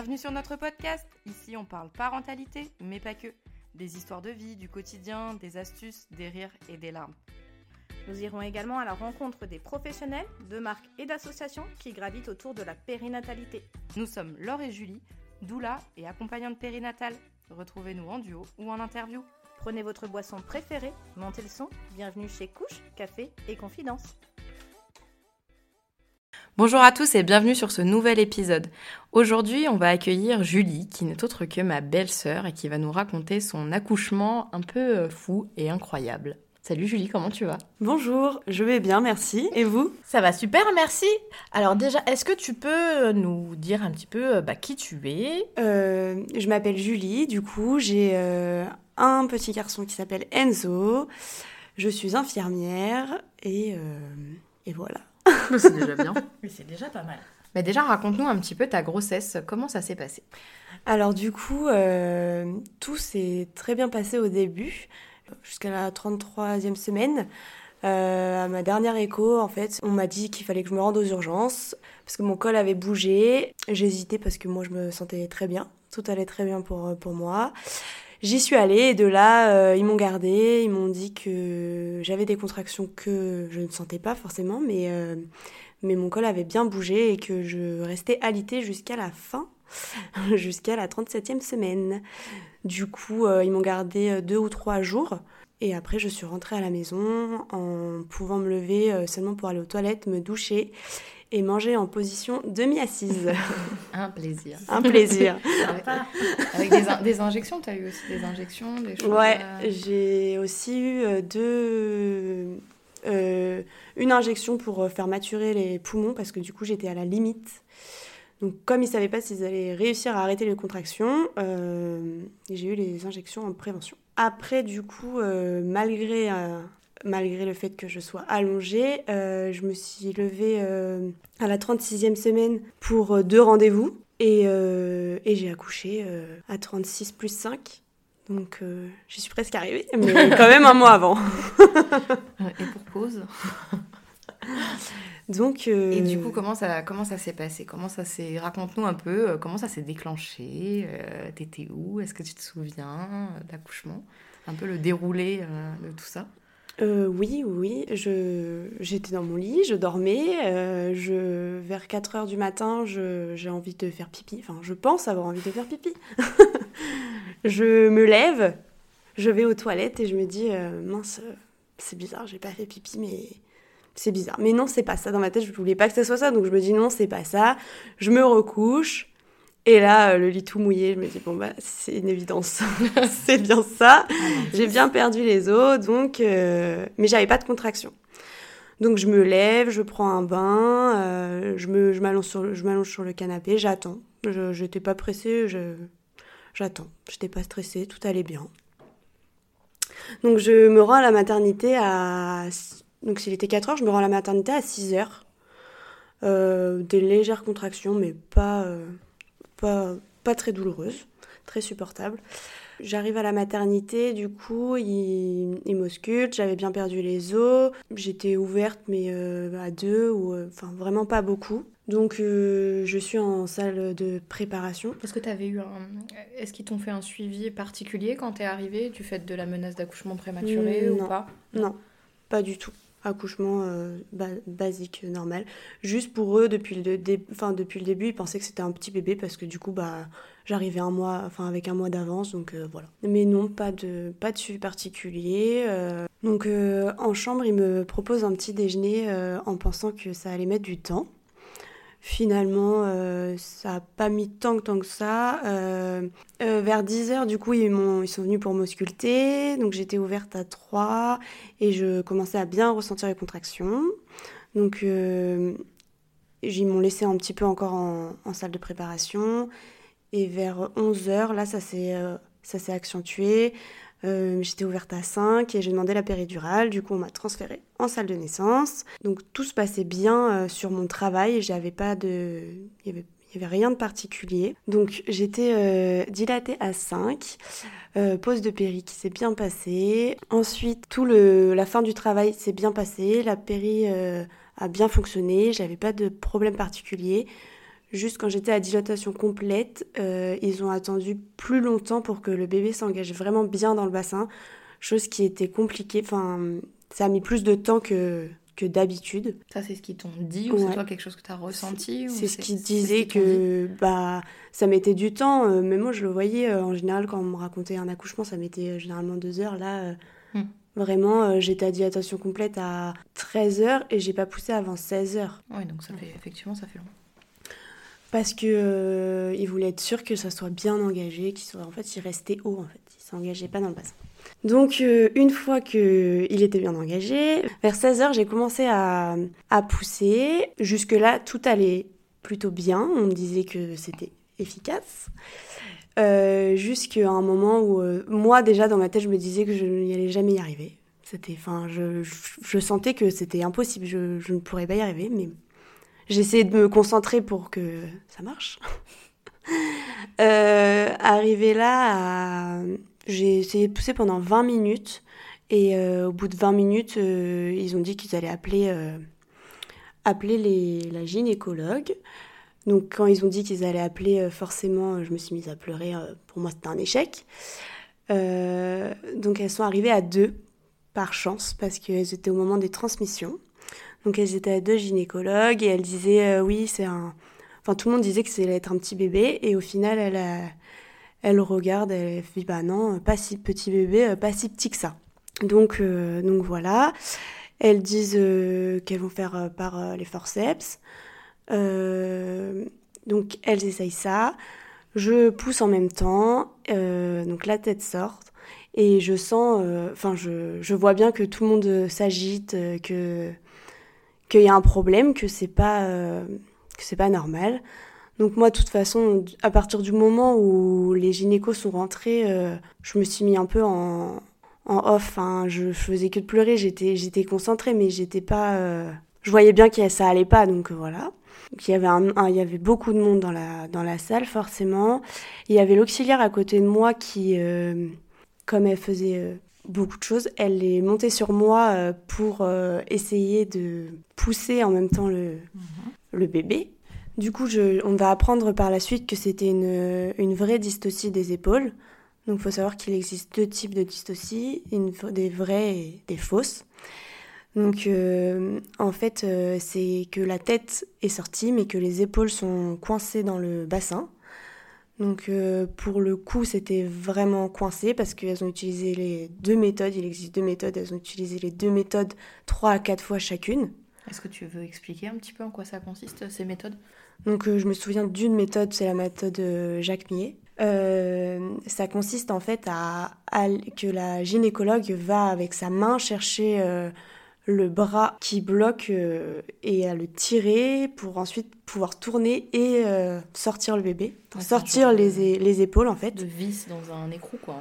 Bienvenue sur notre podcast. Ici, on parle parentalité, mais pas que. Des histoires de vie, du quotidien, des astuces, des rires et des larmes. Nous irons également à la rencontre des professionnels, de marques et d'associations qui gravitent autour de la périnatalité. Nous sommes Laure et Julie, doula et accompagnantes périnatales. Retrouvez-nous en duo ou en interview. Prenez votre boisson préférée, montez le son, bienvenue chez Couche, Café et Confidence. Bonjour à tous et bienvenue sur ce nouvel épisode. Aujourd'hui, on va accueillir Julie, qui n'est autre que ma belle-sœur et qui va nous raconter son accouchement un peu fou et incroyable. Salut Julie, comment tu vas ? Bonjour, je vais bien, merci. Et vous ? Ça va super, merci. Alors déjà, est-ce que tu peux nous dire un petit peu qui tu es ? Je m'appelle Julie, du coup, j'ai un petit garçon qui s'appelle Enzo. Je suis infirmière et voilà. C'est déjà bien. Mais c'est déjà pas mal. Mais déjà, raconte-nous un petit peu ta grossesse, comment ça s'est passé ? Alors du coup, tout s'est très bien passé au début, jusqu'à la 33e semaine. À ma dernière écho, en fait, on m'a dit qu'il fallait que je me rende aux urgences parce que mon col avait bougé. J'hésitais parce que moi, je me sentais très bien. Tout allait très bien pour moi. J'y suis allée et de là, ils m'ont gardée. Ils m'ont dit que j'avais des contractions que je ne sentais pas forcément, mais mon col avait bien bougé et que je restais alitée jusqu'à la fin, jusqu'à la 37e semaine. Du coup, ils m'ont gardée 2 ou 3 jours. Et après, je suis rentrée à la maison en pouvant me lever seulement pour aller aux toilettes, me doucher et manger en position demi-assise. Un plaisir. Un plaisir. Avec des injections, tu as eu aussi des injections, des choses. Ouais, j'ai aussi eu une injection pour faire maturer les poumons parce que du coup, j'étais à la limite. Donc, comme ils ne savaient pas s'ils allaient réussir à arrêter les contractions, j'ai eu les injections en prévention. Après, du coup, malgré le fait que je sois allongée, je me suis levée à la 36e semaine pour 2 rendez-vous. Et j'ai accouché à 36 plus 5. Donc, j'y suis presque arrivée, mais quand même un mois avant. Et pour cause. Donc, Et du coup, comment ça s'est passé ? Raconte-nous un peu, comment ça s'est déclenché ? T'étais où ? Est-ce que tu te souviens de l'accouchement ? Un peu le déroulé de tout ça ? Oui. J'étais dans mon lit, je dormais. Vers 4h du matin, j'ai envie de faire pipi. Enfin, je pense avoir envie de faire pipi. Je me lève, je vais aux toilettes et je me dis mince, c'est bizarre, j'ai pas fait pipi, mais c'est bizarre. Mais non, c'est pas ça. Dans ma tête, je voulais pas que ça soit ça, donc je me dis non, c'est pas ça. Je me recouche. Et là, le lit tout mouillé, je me dis, c'est une évidence. C'est bien ça. J'ai bien perdu les os, donc... mais j'avais pas de contraction. Donc, je me lève, je prends un bain, je m'allonge sur le canapé, j'attends. Je n'étais pas pressée, j'attends. Je n'étais pas stressée, tout allait bien. Donc, je me rends à la maternité Donc, s'il était 4h, je me rends à la maternité à 6h. Des légères contractions, mais pas très douloureuse, très supportable. J'arrive à la maternité, du coup, ils m'auscultent, j'avais bien perdu les os, j'étais ouverte, mais à 2, vraiment pas beaucoup. Donc, je suis en salle de préparation. Est-ce qu'ils t'ont fait un suivi particulier quand t'es arrivée du fait de la menace d'accouchement prématuré ou pas ? Non, pas du tout. Accouchement basique, normal. Juste pour eux, depuis le début, ils pensaient que c'était un petit bébé parce que du coup, j'arrivais avec un mois d'avance, donc voilà. Mais non, pas de suivi particulier. Donc en chambre, ils me proposent un petit déjeuner en pensant que ça allait mettre du temps. Finalement, ça n'a pas mis tant que ça. Vers 10h, du coup, ils sont venus pour m'ausculter. Donc, j'étais ouverte à 3 et je commençais à bien ressentir les contractions. Donc, ils m'ont laissé un petit peu encore en salle de préparation. Et vers 11h, là, ça s'est accentué. J'étais ouverte à 5 et j'ai demandé la péridurale. Du coup, on m'a transférée en salle de naissance. Donc, tout se passait bien sur mon travail. Il y avait rien de particulier. Donc, j'étais dilatée à 5. Pause de péri qui s'est bien passée. Ensuite, la fin du travail s'est bien passée. La péri a bien fonctionné. J'avais pas de problème particulier. Juste quand j'étais à dilatation complète, ils ont attendu plus longtemps pour que le bébé s'engage vraiment bien dans le bassin, chose qui était compliquée. Enfin, ça a mis plus de temps que d'habitude. Ça, c'est ce qu'ils t'ont dit ou c'est toi quelque chose que tu as ressenti C'est ce qu'ils disaient que ça mettait du temps. Mais moi, je le voyais en général quand on me racontait un accouchement, ça mettait généralement 2 heures. Là, vraiment, j'étais à dilatation complète à 13 heures et j'ai pas poussé avant 16 heures. Ouais, donc ça fait effectivement, ça fait long. Parce que ils voulaient être sûrs que ça soit bien engagé, en fait, il restait haut, en fait. Il s'engageait pas dans le bassin. Donc, une fois qu'il était bien engagé, vers 16h, j'ai commencé à pousser. Jusque-là, tout allait plutôt bien. On me disait que c'était efficace. Jusqu'à un moment où, moi, déjà, dans ma tête, je me disais que je n'y allais jamais y arriver. Je sentais que c'était impossible. Je ne pourrais pas y arriver, mais j'essayais de me concentrer pour que ça marche. Arrivé là, j'ai essayé de pousser pendant 20 minutes et au bout de 20 minutes, ils ont dit qu'ils allaient appeler la gynécologue. Donc quand ils ont dit qu'ils allaient appeler, forcément, je me suis mise à pleurer. Pour moi, c'était un échec. Donc elles sont arrivées à 2 par chance parce qu'elles étaient au moment des transmissions. Donc elles étaient à 2 gynécologues et elles disaient oui, enfin tout le monde disait que ça allait être un petit bébé et au final elle regarde, elle fait bah non, pas si petit bébé, pas si petit que ça. Donc voilà, elles disent qu'elles vont faire par les forceps. Donc elles essayent ça. Je pousse en même temps, donc la tête sort et je sens, je vois bien que tout le monde s'agite, qu'il y a un problème, que c'est pas normal. Donc moi, de toute façon, à partir du moment où les gynécos sont rentrés, je me suis mis un peu en off. Hein. Je faisais que de pleurer, j'étais concentrée, mais j'étais pas. Je voyais bien que ça allait pas, donc voilà. Donc, il y avait beaucoup de monde dans la salle, forcément. Il y avait l'auxiliaire à côté de moi qui, comme elle faisait beaucoup de choses, elle est montée sur moi pour essayer de pousser en même temps le bébé. Du coup, on va apprendre par la suite que c'était une vraie dystocie des épaules. Donc, il faut savoir qu'il existe 2 types de dystocie, des vraies et des fausses. Donc, en fait, c'est que la tête est sortie, mais que les épaules sont coincées dans le bassin. Donc, pour le coup, c'était vraiment coincé parce qu'elles ont utilisé les 2 méthodes. Il existe 2 méthodes. Elles ont utilisé les 2 méthodes 3 à 4 fois chacune. Est-ce que tu veux expliquer un petit peu en quoi ça consiste, ces méthodes ? Donc, je me souviens d'une méthode, c'est la méthode Jacques Millet. Ça consiste en fait que la gynécologue va avec sa main chercher le bras qui bloque et à le tirer pour ensuite pouvoir tourner et sortir le bébé, sortir les épaules en fait. De vis dans un écrou quoi.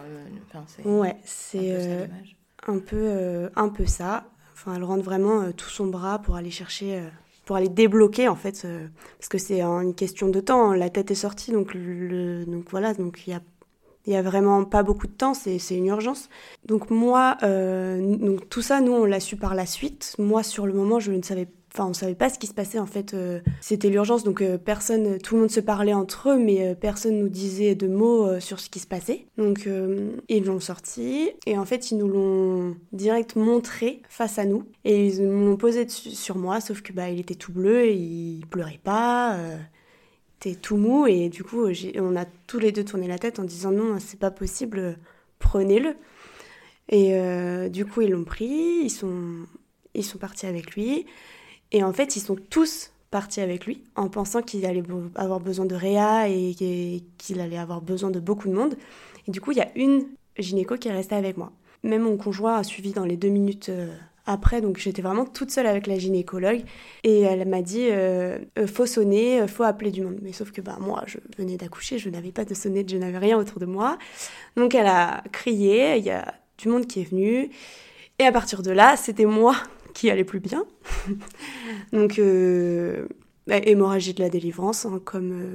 C'est un peu ça. Enfin, elle rentre vraiment tout son bras pour aller chercher, pour aller débloquer en fait, parce que c'est une question de temps. Hein. La tête est sortie, donc voilà, donc il y a vraiment pas beaucoup de temps, c'est une urgence. Donc moi, donc tout ça, nous on l'a su par la suite. Moi sur le moment, on savait pas ce qui se passait en fait. C'était l'urgence, donc tout le monde se parlait entre eux, mais personne nous disait de mots sur ce qui se passait. Donc ils l'ont sorti et en fait ils nous l'ont direct montré face à nous et ils nous l'ont posé sur moi, sauf que il était tout bleu et il pleurait pas. Était tout mou et du coup on a tous les deux tourné la tête en disant non, c'est pas possible, prenez-le. Et du coup ils l'ont pris, ils sont partis avec lui. Et en fait, ils sont tous partis avec lui en pensant qu'il allait avoir besoin de réa et qu'il allait avoir besoin de beaucoup de monde. Et du coup, il y a une gynéco qui est restée avec moi. Même mon conjoint a suivi dans les 2 minutes après, donc j'étais vraiment toute seule avec la gynécologue. Et elle m'a dit, faut sonner, faut appeler du monde. Mais sauf que moi, je venais d'accoucher, je n'avais pas de sonnette, je n'avais rien autour de moi. Donc elle a crié, il y a du monde qui est venu. Et à partir de là, c'était moi qui allait plus bien. Donc, hémorragie de la délivrance, hein,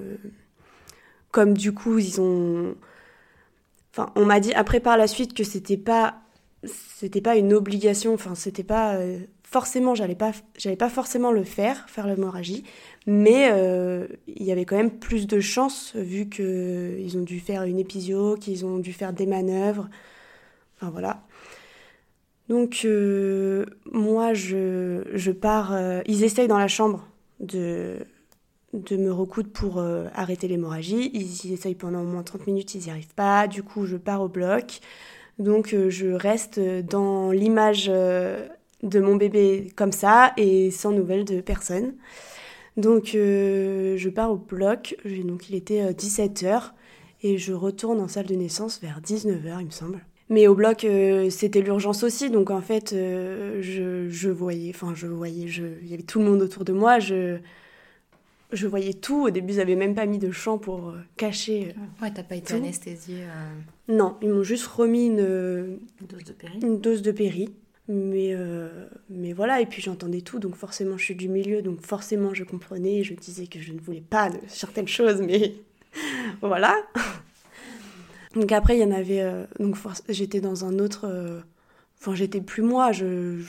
comme du coup, ils ont... Enfin, on m'a dit après par la suite que c'était pas une obligation, enfin, c'était pas forcément, j'allais pas forcément faire l'hémorragie, mais il y avait quand même plus de chances vu qu'ils ont dû faire une épisio, qu'ils ont dû faire des manœuvres. Enfin voilà. Donc moi, je pars. Ils essayent dans la chambre de me recoudre pour arrêter l'hémorragie. Ils y essayent pendant au moins 30 minutes, ils n'y arrivent pas. Du coup, je pars au bloc. Donc je reste dans l'image de mon bébé comme ça et sans nouvelles de personne. Donc je pars au bloc, donc il était 17h et je retourne en salle de naissance vers 19h il me semble. Mais au bloc c'était l'urgence aussi, donc en fait je voyais, il y avait tout le monde autour de moi, je voyais tout. Au début ils n'avaient même pas mis de champ pour cacher. Ouais, t'as pas été tout. anesthésiée. Non, ils m'ont juste remis Une dose de péri. une dose de péri. Mais voilà, et puis j'entendais tout, donc forcément je suis du milieu, donc forcément je comprenais, je disais que je ne voulais pas de certaines choses, mais voilà. Donc après il y en avait, j'étais dans un autre, j'étais plus moi, je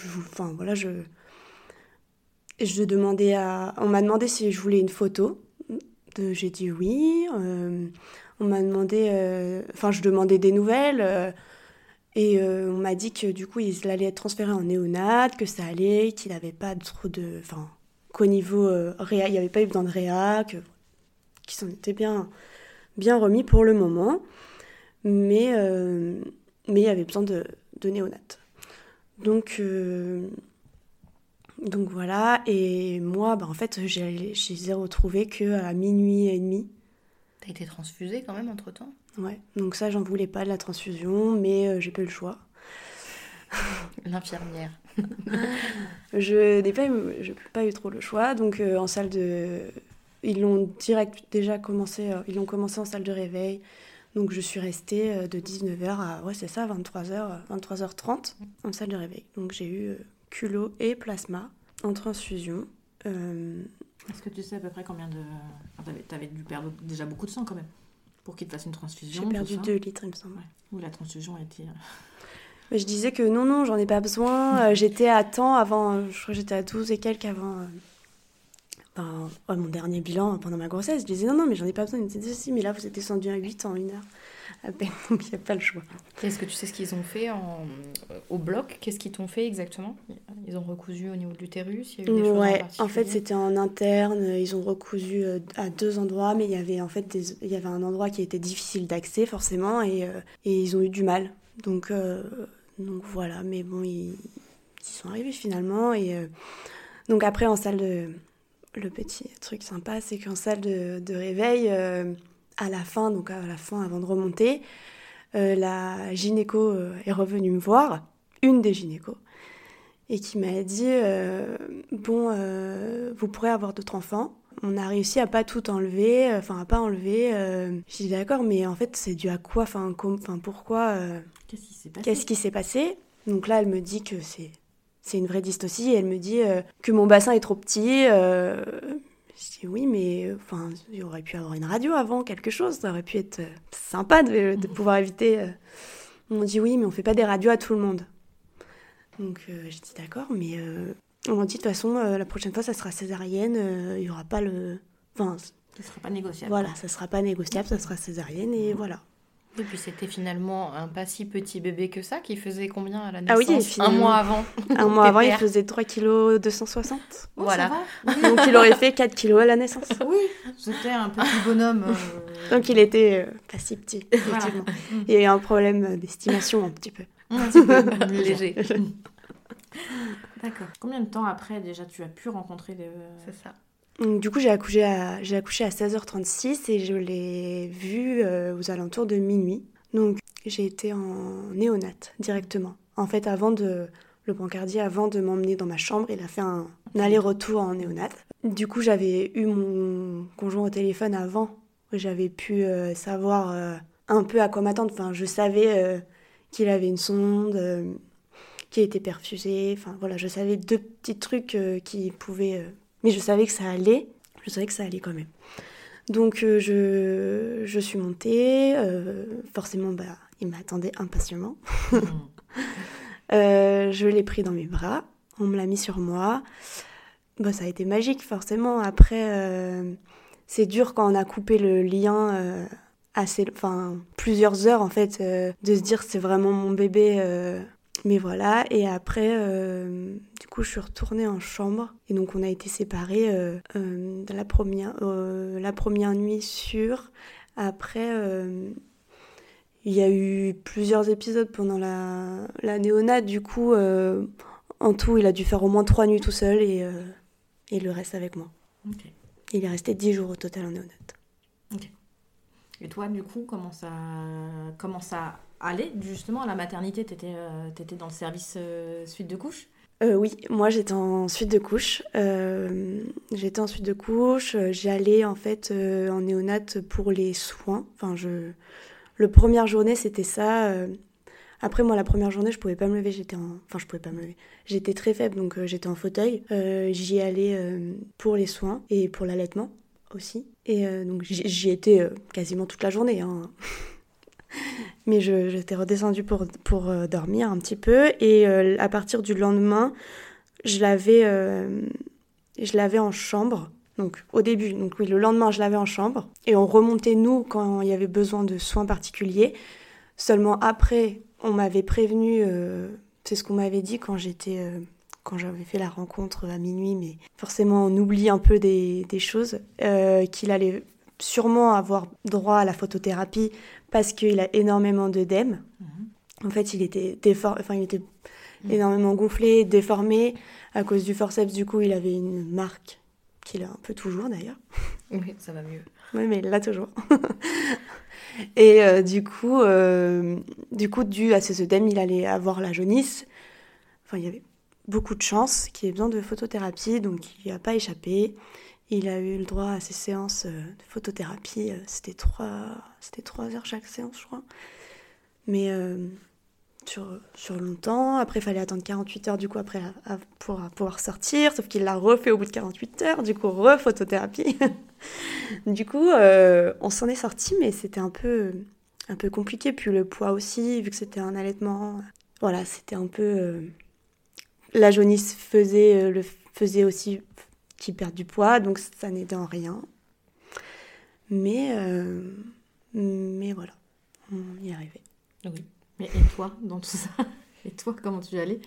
demandais on m'a demandé si je voulais une photo, j'ai dit oui, on m'a demandé, je demandais des nouvelles. Et on m'a dit que du coup, il allait être transféré en néonat, que ça allait, qu'il n'avait pas trop de... Enfin, qu'au niveau réa, il n'y avait pas eu besoin de réa, qu'ils s'en étaient bien remis pour le moment. Mais il y avait besoin de néonat. Donc voilà, et moi, en fait, je les ai retrouvés qu'à minuit et demi. T'as été transfusée quand même entre-temps ? Ouais, donc ça, j'en voulais pas de la transfusion, mais j'ai pas eu le choix. L'infirmière. Je n'ai pas eu trop le choix, donc en salle de... Ils l'ont commencé en salle de réveil, donc je suis restée de 19h à 23h30 en salle de réveil. Donc j'ai eu culot et plasma en transfusion. Est-ce que tu sais à peu près combien de... T'avais dû perdre déjà beaucoup de sang quand même pour qu'il te fasse une transfusion. J'ai perdu 2 litres, il me semble. Ouais. Ou la transfusion a été... Mais je disais que non, j'en ai pas besoin. J'étais à temps avant, je crois que j'étais à 12 et quelques avant mon dernier bilan pendant ma grossesse. Je disais non, mais j'en ai pas besoin. Ils me disaient si, mais là vous êtes descendu à 8 en 1 heure à peine, donc il n'y a pas le choix. Est-ce que tu sais ce qu'ils ont fait au bloc ? Qu'est-ce qu'ils t'ont fait exactement ? Ils ont recousu au niveau de l'utérus ? Il y a eu des choses en particulier ? En fait c'était en interne. Ils ont recousu à 2 endroits, mais il y avait en fait il y avait un endroit qui était difficile d'accès forcément et ils ont eu du mal. Donc voilà, mais bon, ils sont arrivés finalement. Et donc après, en salle de... Le petit truc sympa, c'est qu'en salle de réveil, à la fin, avant de remonter, la gynéco est revenue me voir, une des gynécos, et qui m'a dit vous pourrez avoir d'autres enfants. On a réussi à pas tout enlever, à pas enlever. J'ai dit d'accord, mais en fait, c'est dû à quoi ? Pourquoi Qu'est-ce qui s'est passé ? Donc là, elle me dit que c'est une vraie dystocie, et elle me dit que mon bassin est trop petit. Je dis oui, mais il aurait pu avoir une radio avant, quelque chose. Ça aurait pu être sympa de pouvoir éviter. On me dit oui, mais on fait pas des radios à tout le monde. Donc je dis d'accord, mais on m'a dit de toute façon, la prochaine fois, ça sera césarienne. Il y aura pas le... ça sera pas négociable. Voilà, ça sera pas négociable, ça sera césarienne, et voilà. Et puis c'était finalement un pas si petit bébé que ça, qui faisait combien à la naissance ? Ah oui, finalement, un mois avant. Un mois avant, il faisait 3,260 kg. Voilà. Donc il aurait fait 4 kg à la naissance. Oui, c'était un petit bonhomme. Donc il était pas si petit, effectivement. Voilà. Il y a eu un problème d'estimation un petit peu. Un petit peu Léger. D'accord. Combien de temps après déjà tu as pu rencontrer C'est ça. Donc, du coup, j'ai accouché à 16h36 et je l'ai vu aux alentours de minuit. Donc j'ai été en néonat directement. En fait, le brancardier, avant de m'emmener dans ma chambre, il a fait un aller-retour en néonat. Du coup, j'avais eu mon conjoint au téléphone avant. J'avais pu savoir un peu à quoi m'attendre. Je savais qu'il avait une sonde, qu'il était perfusé. Je savais 2 petits trucs qui pouvaient... Mais je savais que ça allait. Je savais que ça allait quand même. Donc, je suis montée. Forcément, il m'attendait impatiemment. Je l'ai pris dans mes bras. On me l'a mis sur moi. Bon, ça a été magique, forcément. Après, c'est dur quand on a coupé le lien plusieurs heures, en fait, de se dire c'est vraiment mon bébé. Mais voilà. Et après, du coup, je suis retournée en chambre. Et donc, on a été séparés la première nuit sûre. Après, il y a eu plusieurs épisodes pendant la néonate. Du coup, en tout, il a dû faire au moins 3 nuits tout seul et le reste avec moi. Ok. Il est resté 10 jours au total en néonate. Ok. Et toi, du coup, comment ça allait justement à la maternité? T'étais dans le service suite de couche? Oui, moi j'étais en suite de couche. J'y allais en fait en néonate pour les soins. Le première journée c'était ça. Après moi la première journée je pouvais pas me lever. Je pouvais pas me lever. J'étais très faible donc j'étais en fauteuil. J'y allais pour les soins et pour l'allaitement aussi. Et donc j'y étais quasiment toute la journée. Hein. Mais j'étais redescendue pour dormir un petit peu. Et à partir du lendemain, je l'avais en chambre. Donc au début, donc oui, le lendemain, je l'avais en chambre. Et on remontait, nous, quand il y avait besoin de soins particuliers. Seulement après, on m'avait prévenu, c'est ce qu'on m'avait dit quand j'avais fait la rencontre à minuit, mais forcément, on oublie un peu des choses, qu'il allait sûrement avoir droit à la photothérapie parce qu'il a énormément d'œdème. En fait, il était énormément gonflé, déformé. À cause du forceps, du coup, il avait une marque qu'il a un peu toujours, d'ailleurs. Oui, ça va mieux. Oui, mais il l'a toujours. Et du coup, dû à ces œdèmes, il allait avoir la jaunisse. Enfin, il y avait beaucoup de chance qu'il ait besoin de photothérapie, donc il n'y a pas échappé. Il a eu le droit à ses séances de photothérapie. C'était 3 heures chaque séance, je crois. Mais sur longtemps. Après, il fallait attendre 48 heures, du coup, après, pour pouvoir sortir. Sauf qu'il l'a refait au bout de 48 heures. Du coup, photothérapie. Du coup, on s'en est sorti, mais c'était un peu compliqué. Puis le poids aussi, vu que c'était un allaitement. Voilà, c'était un peu... la jaunisse faisait aussi qu'il perde du poids, donc ça n'aidait en rien. Mais voilà, on y est arrivé. Oui. Et toi, dans tout ça? Et toi, comment tu y allais?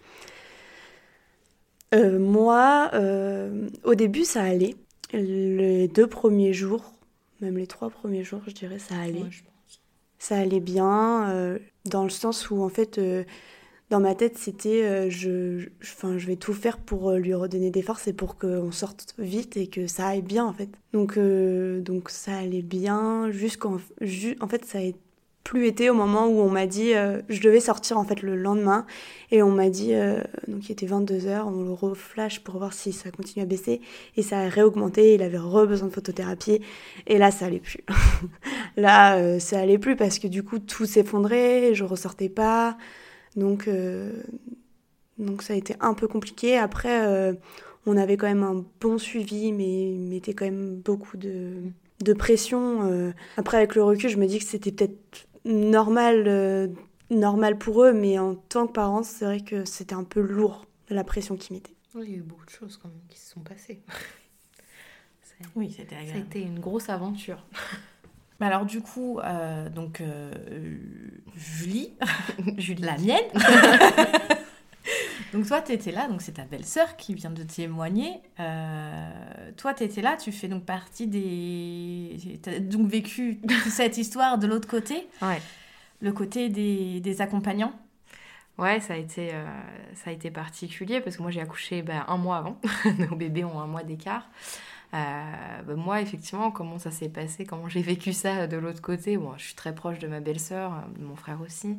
Moi, au début, ça allait. Les 2 premiers jours, même les 3 premiers jours, je dirais, ça allait. Ouais, je pense. Ça allait bien, dans le sens où, en fait, dans ma tête, c'était je vais tout faire pour lui redonner des forces et pour qu'on sorte vite et que ça aille bien, en fait. Donc ça allait bien en fait, ça a plus été au moment où on m'a dit je devais sortir en fait le lendemain et on m'a dit donc il était 22h, on le reflash pour voir si ça continue à baisser et ça a réaugmenté, il avait besoin de photothérapie et là ça allait plus. Là ça allait plus parce que du coup tout s'effondrait, je ressortais pas. Donc ça a été un peu compliqué. Après on avait quand même un bon suivi mais il mettait quand même beaucoup de pression. Après avec le recul je me dis que c'était peut-être normal pour eux, mais en tant que parents, c'est vrai que c'était un peu lourd, la pression qu'ils mettaient. Oui, il y a eu beaucoup de choses quand même qui se sont passées. Oui, c'était agréable. Ça a été une grosse aventure. Mais alors du coup, Julie, la mienne, donc toi t'étais là, donc c'est ta belle-sœur qui vient de témoigner. Toi t'étais là, tu fais donc partie t'as donc vécu toute cette histoire de l'autre côté, Ouais. Le côté des accompagnants. Ouais, ça a été particulier parce que moi j'ai accouché 1 mois avant. Nos bébés ont 1 mois d'écart. Moi, effectivement, comment ça s'est passé, comment j'ai vécu ça de l'autre côté. Bon, je suis très proche de ma belle-sœur, de mon frère aussi.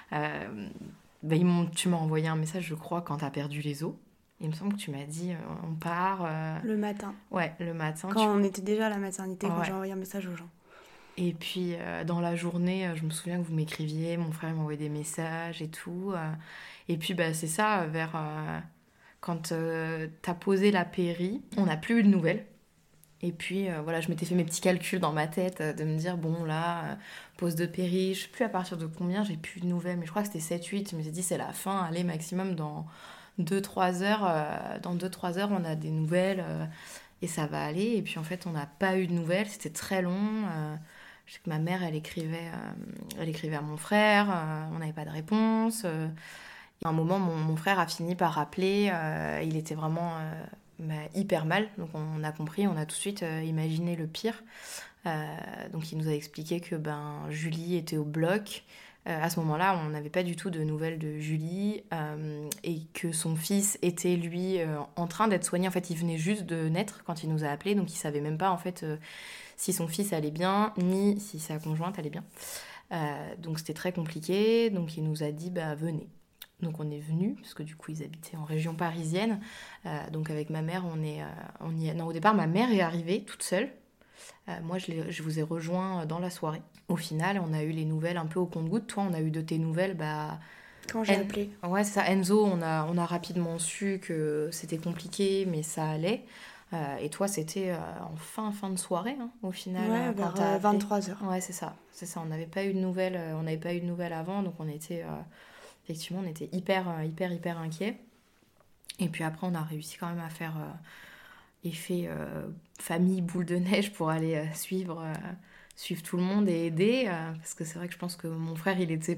Tu m'as envoyé un message, je crois, quand t'as perdu les os. Il me semble que tu m'as dit, on part... Le matin. Ouais, le matin. Quand on était déjà à la maternité, quand Ouais. j'ai envoyé un message aux gens. Et puis, dans la journée, je me souviens que vous m'écriviez, mon frère m'envoyait des messages et tout. Et puis, c'est ça, quand t'as posé la péri, on n'a plus eu de nouvelles. Et puis, je m'étais fait mes petits calculs dans ma tête de me dire, bon, là, pause de péri, je sais plus à partir de combien, j'ai plus de nouvelles, mais je crois que c'était 7-8. Je me suis dit, c'est la fin, allez, maximum dans 2-3 heures, dans 2-3 heures, on a des nouvelles et ça va aller. Et puis en fait, on n'a pas eu de nouvelles, c'était très long. Je sais que ma mère, elle écrivait à mon frère, on n'avait pas de réponse. Et à un moment, mon frère a fini par rappeler, il était vraiment hyper mal. Donc on a compris, on a tout de suite imaginé le pire. Donc il nous a expliqué que Julie était au bloc. À ce moment-là, on n'avait pas du tout de nouvelles de Julie et que son fils était, lui, en train d'être soigné. En fait, il venait juste de naître quand il nous a appelés, donc il ne savait même pas, en fait, si son fils allait bien, ni si sa conjointe allait bien. Donc c'était très compliqué, donc il nous a dit, venez. Donc on est venus, parce que du coup, ils habitaient en région parisienne. Donc avec ma mère, Non, au départ, ma mère est arrivée toute seule. Moi, je vous ai rejoint dans la soirée. Au final, on a eu les nouvelles un peu au compte-gouttes. Toi, on a eu de tes nouvelles, quand j'ai appelé. Ouais, c'est ça. Enzo, on a rapidement su que c'était compliqué, mais ça allait. Et toi, c'était en fin de soirée, hein, au final. Ouais, vers 23h. Ouais, c'est ça. On n'avait pas eu de nouvelles. On n'avait pas eu de nouvelles avant, donc on était effectivement, on était hyper inquiets. Et puis après, on a réussi quand même à faire effet famille boule de neige pour aller suivre tout le monde et aider. Parce que c'est vrai que je pense que mon frère, il n'était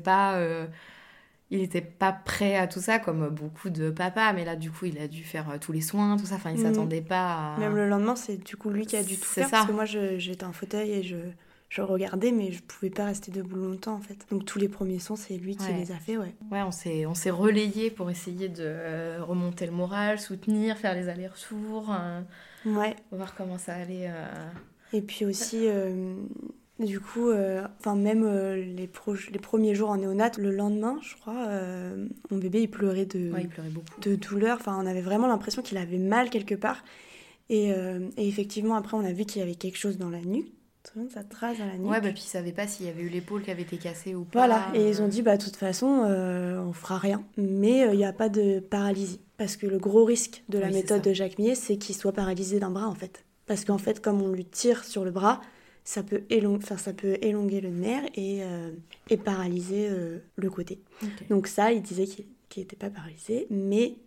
pas prêt à tout ça, comme beaucoup de papas. Mais là, du coup, il a dû faire tous les soins, tout ça. Enfin, il ne s'attendait pas à... Même le lendemain, c'est du coup lui qui a dû tout faire. Parce que moi, j'étais en fauteuil et je regardais, mais je pouvais pas rester debout longtemps, en fait. Donc tous les premiers soins, c'est lui qui les a fait, ouais. Ouais, on s'est relayés pour essayer de remonter le moral, soutenir, faire les allers-retours, voir comment ça allait. Et puis aussi, du coup, même les premiers jours en néonat, le lendemain, je crois, mon bébé, il pleurait il pleurait beaucoup. De douleur. Enfin, on avait vraiment l'impression qu'il avait mal quelque part. Et effectivement, après, on a vu qu'il y avait quelque chose dans la nuque. Ça trace dans la nuque. Ouais, puis ils savaient pas s'il y avait eu l'épaule qui avait été cassée ou pas. Voilà, et ils ont dit, de toute façon, on fera rien. Mais il n'y a pas de paralysie. Parce que le gros risque de la méthode de Jacques Millet, c'est qu'il soit paralysé d'un bras, en fait. Parce qu'en fait, comme on lui tire sur le bras, ça peut élonguer le nerf et paralyser le côté. Okay. Donc ça, ils disaient qu'il n'était pas paralysé, mais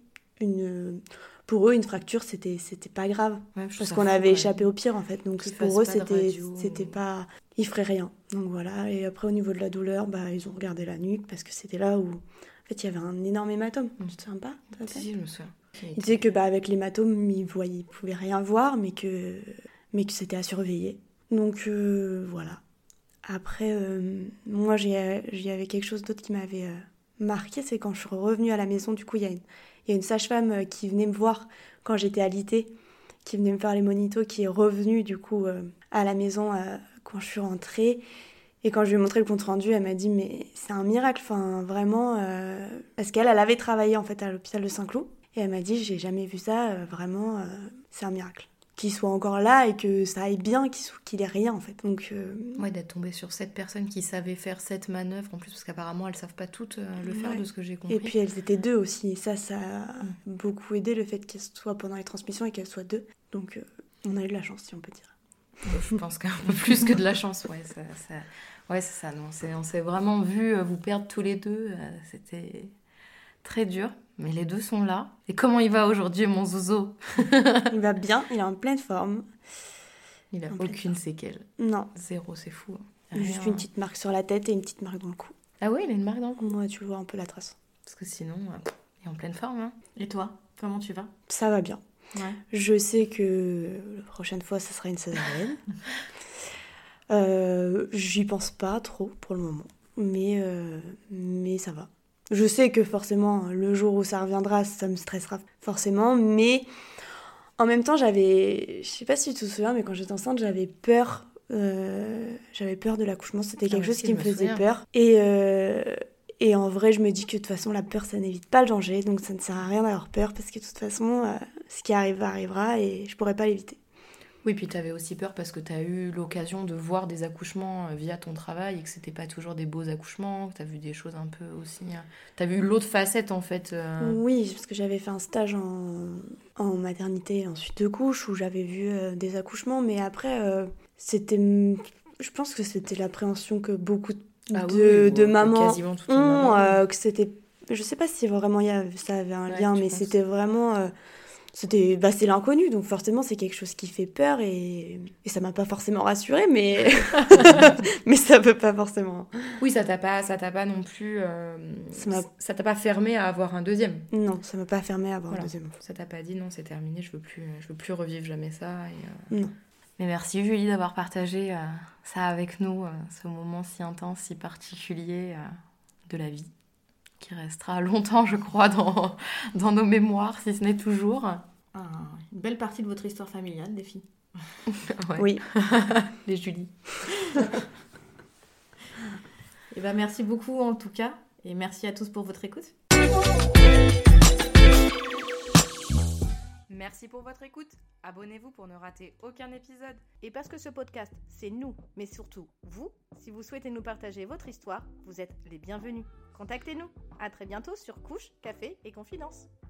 pour eux, une fracture, c'était pas grave. Ouais, parce qu'on avait échappé au pire, en fait. Donc pour eux, c'était pas... Ils feraient rien. Donc voilà. Et après, au niveau de la douleur, ils ont regardé la nuque parce que c'était là où... En fait, il y avait un énorme hématome. Tu te souviens pas? Si, je me souviens. Ils disaient que avec l'hématome, ils pouvaient rien voir, mais que c'était à surveiller. Donc voilà. Après, moi, il y avait quelque chose d'autre qui m'avait marqué, c'est quand je suis revenue à la maison. Du coup, il y a une sage-femme qui venait me voir quand j'étais alitée, qui venait me faire les monitos, qui est revenue du coup à la maison quand je suis rentrée. Et quand je lui ai montré le compte-rendu, elle m'a dit « Mais c'est un miracle, enfin vraiment... Parce qu'elle avait travaillé en fait à l'hôpital de Saint-Cloud. Et elle m'a dit « J'ai jamais vu ça, vraiment, c'est un miracle. » Qu'il soit encore là et que ça aille bien, qu'il ait rien en fait. Donc, ouais, d'être tombée sur cette personne qui savait faire cette manœuvre, en plus parce qu'apparemment elles savent pas toutes le faire de ce que j'ai compris. Et puis elles étaient deux aussi, et ça a beaucoup aidé le fait qu'elles soient pendant les transmissions et qu'elles soient deux. Donc on a eu de la chance, si on peut dire. Je pense qu'un peu plus que de la chance, ouais, ouais, c'est ça. Non, on s'est vraiment vu vous perdre tous les deux, c'était très dur. Mais les deux sont là. Et comment il va aujourd'hui, mon zozo? Il va bien, il est en pleine forme. Il n'a aucune séquelle. Non. 0, c'est fou. Juste une petite marque sur la tête et une petite marque dans le cou. Ah oui, il a une marque dans le cou? Ouais, tu vois un peu la trace. Parce que sinon, il est en pleine forme. Hein. Et toi, comment tu vas? Ça va bien. Ouais. Je sais que la prochaine fois, ça sera une césarienne. J'y pense pas trop pour le moment. Mais ça va. Je sais que forcément, le jour où ça reviendra, ça me stressera forcément, mais en même temps, je sais pas si tu te souviens, mais quand j'étais enceinte, j'avais peur de l'accouchement, c'était quelque chose qui me faisait peur. Et en vrai, je me dis que de toute façon, la peur, ça n'évite pas le danger, donc ça ne sert à rien d'avoir peur, parce que de toute façon, ce qui arrivera, et je pourrai pas l'éviter. Oui, puis tu avais aussi peur parce que tu as eu l'occasion de voir des accouchements via ton travail et que c'était pas toujours des beaux accouchements, que tu as vu des choses un peu aussi... Tu as vu l'autre facette en fait. Oui, parce que j'avais fait un stage en maternité en suite de couche où j'avais vu des accouchements, mais après, je pense que c'était l'appréhension que beaucoup de mamans ont, que c'était... je sais pas si vraiment ça avait un Ouais, lien, tu mais penses. c'était vraiment... c'est l'inconnu, donc forcément c'est quelque chose qui fait peur et ça m'a pas forcément rassurée, mais mais ça peut pas forcément. Oui, ça t'a pas non plus... ça t'a pas fermé à avoir un deuxième. Non, ça m'a pas fermé à avoir Voilà. un deuxième enfant. Ça t'a pas dit non, c'est terminé, je veux plus revivre jamais ça. Non. Mais merci Julie d'avoir partagé ça avec nous, ce moment si intense, si particulier de la vie, qui restera longtemps, je crois, dans nos mémoires, si ce n'est toujours. Une belle partie de votre histoire familiale, les filles. Ouais. Oui. Les Julie. Et ben merci beaucoup en tout cas, et merci à tous pour votre écoute. Merci pour votre écoute. Abonnez-vous pour ne rater aucun épisode. Et parce que ce podcast, c'est nous, mais surtout vous, si vous souhaitez nous partager votre histoire, vous êtes les bienvenus. Contactez-nous. À très bientôt sur Couche, Café et Confidence.